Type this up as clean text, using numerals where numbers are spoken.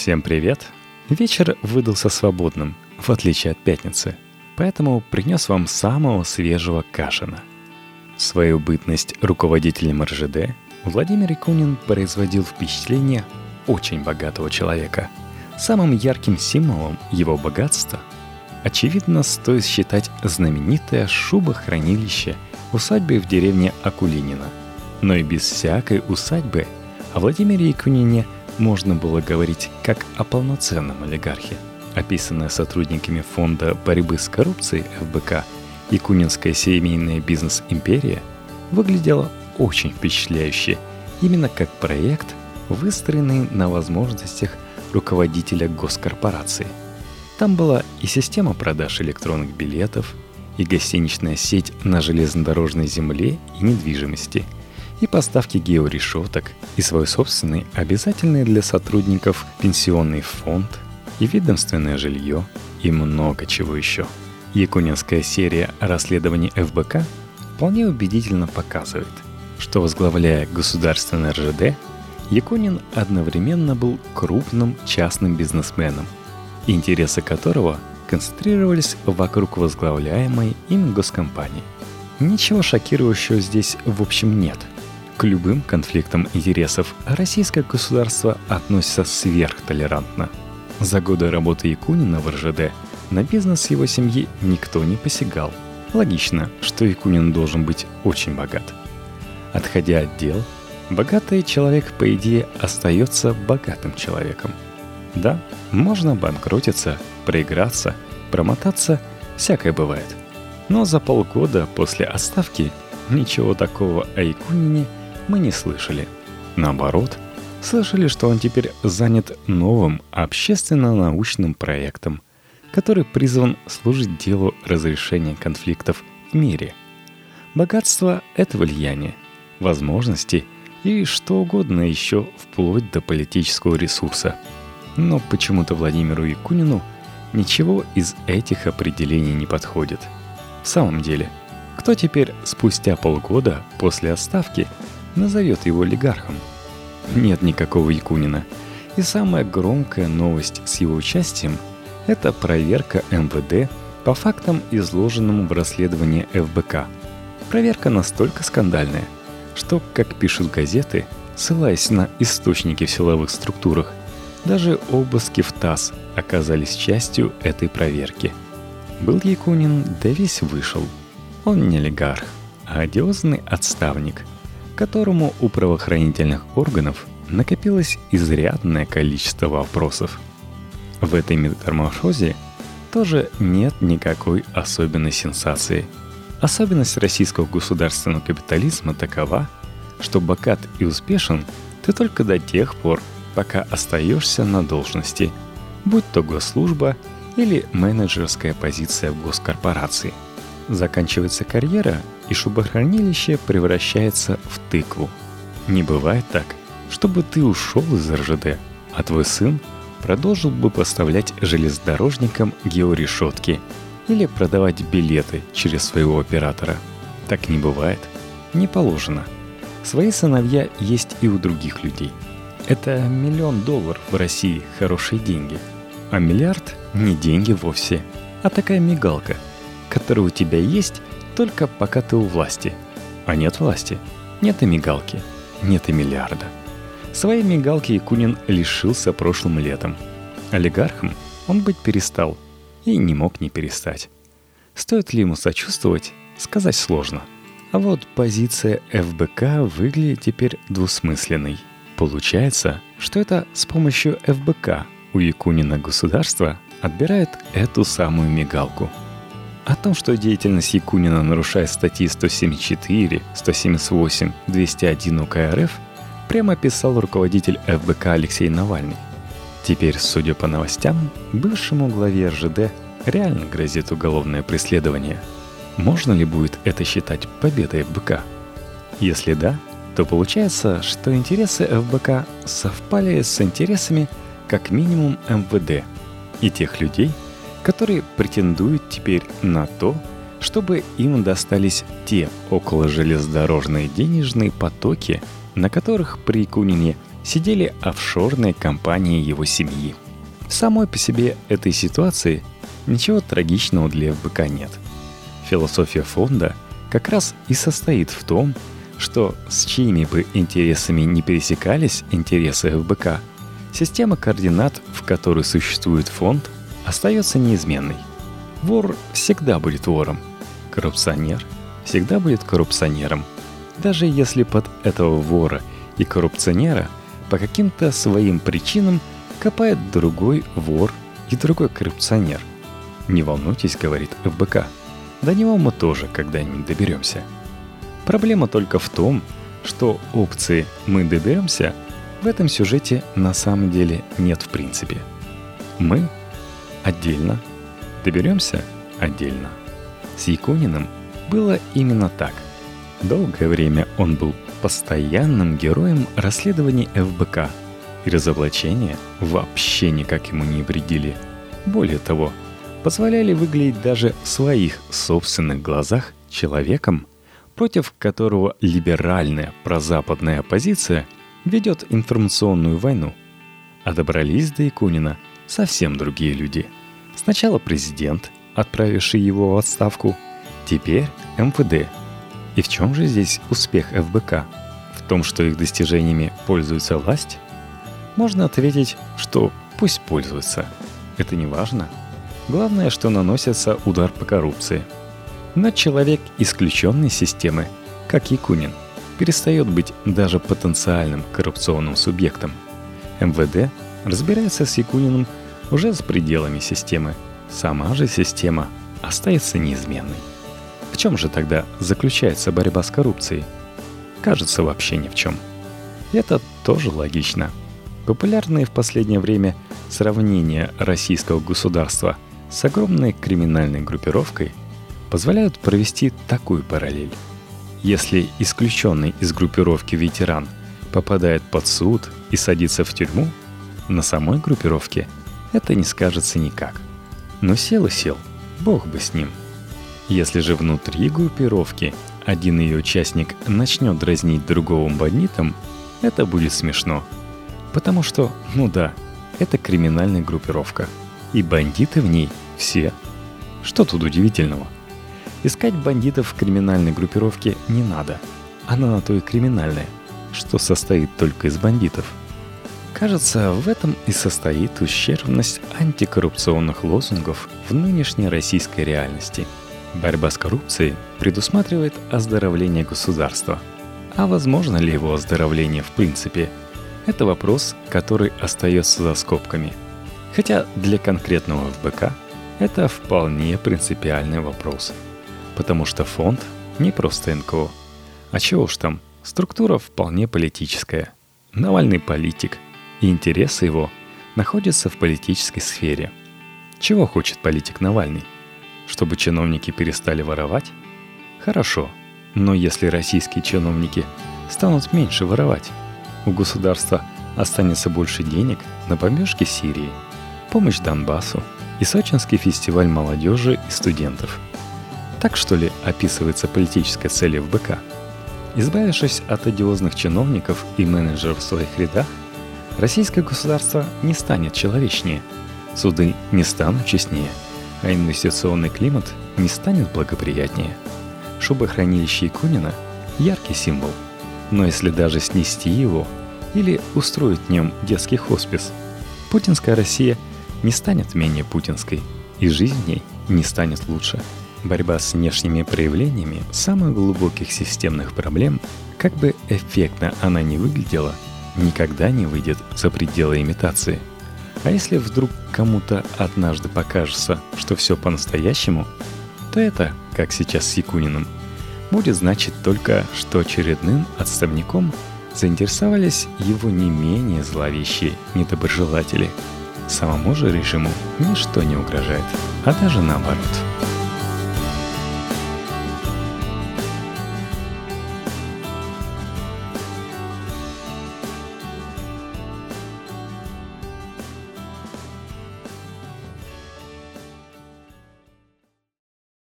Всем привет! Вечер выдался свободным, в отличие от пятницы, поэтому принес вам самого свежего Кашина. В свою бытность руководителем РЖД Владимир Якунин производил впечатление очень богатого человека. Самым ярким символом его богатства, очевидно, стоит считать знаменитое шубохранилище усадьбы в деревне Акулинино. Но и без всякой усадьбы о Владимире Якунине можно было говорить как о полноценном олигархе. Описанная сотрудниками Фонда борьбы с коррупцией ФБК якунинская семейная бизнес-империя выглядела очень впечатляюще, именно как проект, выстроенный на возможностях руководителя госкорпорации. Там была и система продаж электронных билетов, и гостиничная сеть на железнодорожной земле и недвижимости, и поставки георешеток, и свой собственный, обязательный для сотрудников пенсионный фонд, и ведомственное жилье, и много чего еще. Якунинская серия расследований ФБК вполне убедительно показывает, что, возглавляя государственное РЖД, Якунин одновременно был крупным частным бизнесменом, интересы которого концентрировались вокруг возглавляемой им госкомпании. Ничего шокирующего здесь в общем нет. К любым конфликтам интересов российское государство относится сверхтолерантно. За годы работы Якунина в РЖД на бизнес его семьи никто не посягал. Логично, что Якунин должен быть очень богат. Отходя от дел, богатый человек, по идее, остается богатым человеком. Да, можно обанкротиться, проиграться, промотаться, всякое бывает. Но за полгода после отставки ничего такого о Якунине мы не слышали. Наоборот, слышали, что он теперь занят новым общественно-научным проектом, который призван служить делу разрешения конфликтов в мире. Богатство — это влияние, возможности и что угодно еще вплоть до политического ресурса. Но почему-то Владимиру Якунину ничего из этих определений не подходит. В самом деле, кто теперь спустя полгода после отставки назовет его олигархом? Нет никакого Якунина. И самая громкая новость с его участием – это проверка МВД по фактам, изложенным в расследовании ФБК. Проверка настолько скандальная, что, как пишут газеты, ссылаясь на источники в силовых структурах, даже обыски в ТАСС оказались частью этой проверки. Был Якунин, да весь вышел. Он не олигарх, а одиозный отставник, которому у правоохранительных органов накопилось изрядное количество вопросов. В этой метаморфозе тоже нет никакой особенной сенсации. Особенность российского государственного капитализма такова, что богат и успешен ты только до тех пор, пока остаешься на должности, будь то госслужба или менеджерская позиция в госкорпорации. Заканчивается карьера, и шубохранилище превращается в тыкву. Не бывает так, чтобы ты ушел из РЖД, а твой сын продолжил бы поставлять железнодорожникам георешетки или продавать билеты через своего оператора. Так не бывает, не положено. Свои сыновья есть и у других людей. Это $1 миллион в России хорошие деньги, а миллиард не деньги вовсе, а такая мигалка, которая у тебя есть только пока ты у власти. А нет власти, нет и мигалки, нет и миллиарда. Своей мигалки Якунин лишился прошлым летом. Олигархом он быть перестал и не мог не перестать. Стоит ли ему сочувствовать, сказать сложно. А вот позиция ФБК выглядит теперь двусмысленной. Получается, что это с помощью ФБК у Якунина государство отбирает эту самую мигалку. О том, что деятельность Якунина нарушает статьи 174, 178, 201 УК РФ, прямо писал руководитель ФБК Алексей Навальный. Теперь, судя по новостям, бывшему главе РЖД реально грозит уголовное преследование. Можно ли будет это считать победой ФБК? Если да, то получается, что интересы ФБК совпали с интересами как минимум МВД и тех людей, которые претендуют теперь на то, чтобы им достались те около железнодорожные денежные потоки, на которых при Якунине сидели офшорные компании его семьи. В самой по себе этой ситуации ничего трагичного для ФБК нет. Философия фонда как раз и состоит в том, что с чьими бы интересами не пересекались интересы ФБК, система координат, в которой существует фонд, остается неизменной. Вор всегда будет вором, коррупционер всегда будет коррупционером, даже если под этого вора и коррупционера по каким-то своим причинам копает другой вор и другой коррупционер. «Не волнуйтесь», — говорит ФБК, — «до него мы тоже когда-нибудь доберемся». Проблема только в том, что опции «мы доберемся» в этом сюжете на самом деле нет в принципе. Мы отдельно, доберемся отдельно. С Якуниным было именно так. Долгое время он был постоянным героем расследований ФБК, и разоблачения вообще никак ему не вредили. Более того, позволяли выглядеть даже в своих собственных глазах человеком, против которого либеральная прозападная оппозиция ведет информационную войну. А добрались до Якунина совсем другие люди. Сначала президент, отправивший его в отставку, теперь МВД. И в чем же здесь успех ФБК? В том, что их достижениями пользуется власть? Можно ответить, что пусть пользуются. Это не важно. Главное, что наносится удар по коррупции. Но человек исключенной системы, как Якунин, перестает быть даже потенциальным коррупционным субъектом. МВД разбирается с Якуниным уже за пределами системы. Сама же система остается неизменной. В чем же тогда заключается борьба с коррупцией? Кажется, вообще ни в чем. И это тоже логично. Популярные в последнее время сравнения российского государства с огромной криминальной группировкой позволяют провести такую параллель. Если исключенный из группировки ветеран попадает под суд и садится в тюрьму, на самой группировке это не скажется никак. Но сел и сел, бог бы с ним. Если же внутри группировки один ее участник начнет дразнить другого бандитом, это будет смешно. Потому что, это криминальная группировка. И бандиты в ней все. Что тут удивительного? Искать бандитов в криминальной группировке не надо. Она на то и криминальная, что состоит только из бандитов. Кажется, в этом и состоит ущербность антикоррупционных лозунгов в нынешней российской реальности. Борьба с коррупцией предусматривает оздоровление государства. А возможно ли его оздоровление в принципе? Это вопрос, который остается за скобками. Хотя для конкретного ФБК это вполне принципиальный вопрос. Потому что фонд не просто НКО. А чего уж там, структура вполне политическая. Навальный политик, и интересы его находятся в политической сфере. Чего хочет политик Навальный? Чтобы чиновники перестали воровать? Хорошо, но если российские чиновники станут меньше воровать, у государства останется больше денег на бомбежки Сирии, помощь Донбассу и сочинский фестиваль молодежи и студентов. Так что ли описывается политическая цель ФБК? Избавившись от одиозных чиновников и менеджеров в своих рядах, российское государство не станет человечнее, суды не станут честнее, а инвестиционный климат не станет благоприятнее. Шубохранилище Якунина – яркий символ. Но если даже снести его или устроить в нем детский хоспис, путинская Россия не станет менее путинской, и жизнь в ней не станет лучше. Борьба с внешними проявлениями самых глубоких системных проблем, как бы эффектно она ни выглядела, никогда не выйдет за пределы имитации. А если вдруг кому-то однажды покажется, что все по-настоящему, то это, как сейчас с Якуниным, будет значить только, что очередным отставником заинтересовались его не менее зловещие недоброжелатели. Самому же режиму ничто не угрожает, а даже наоборот.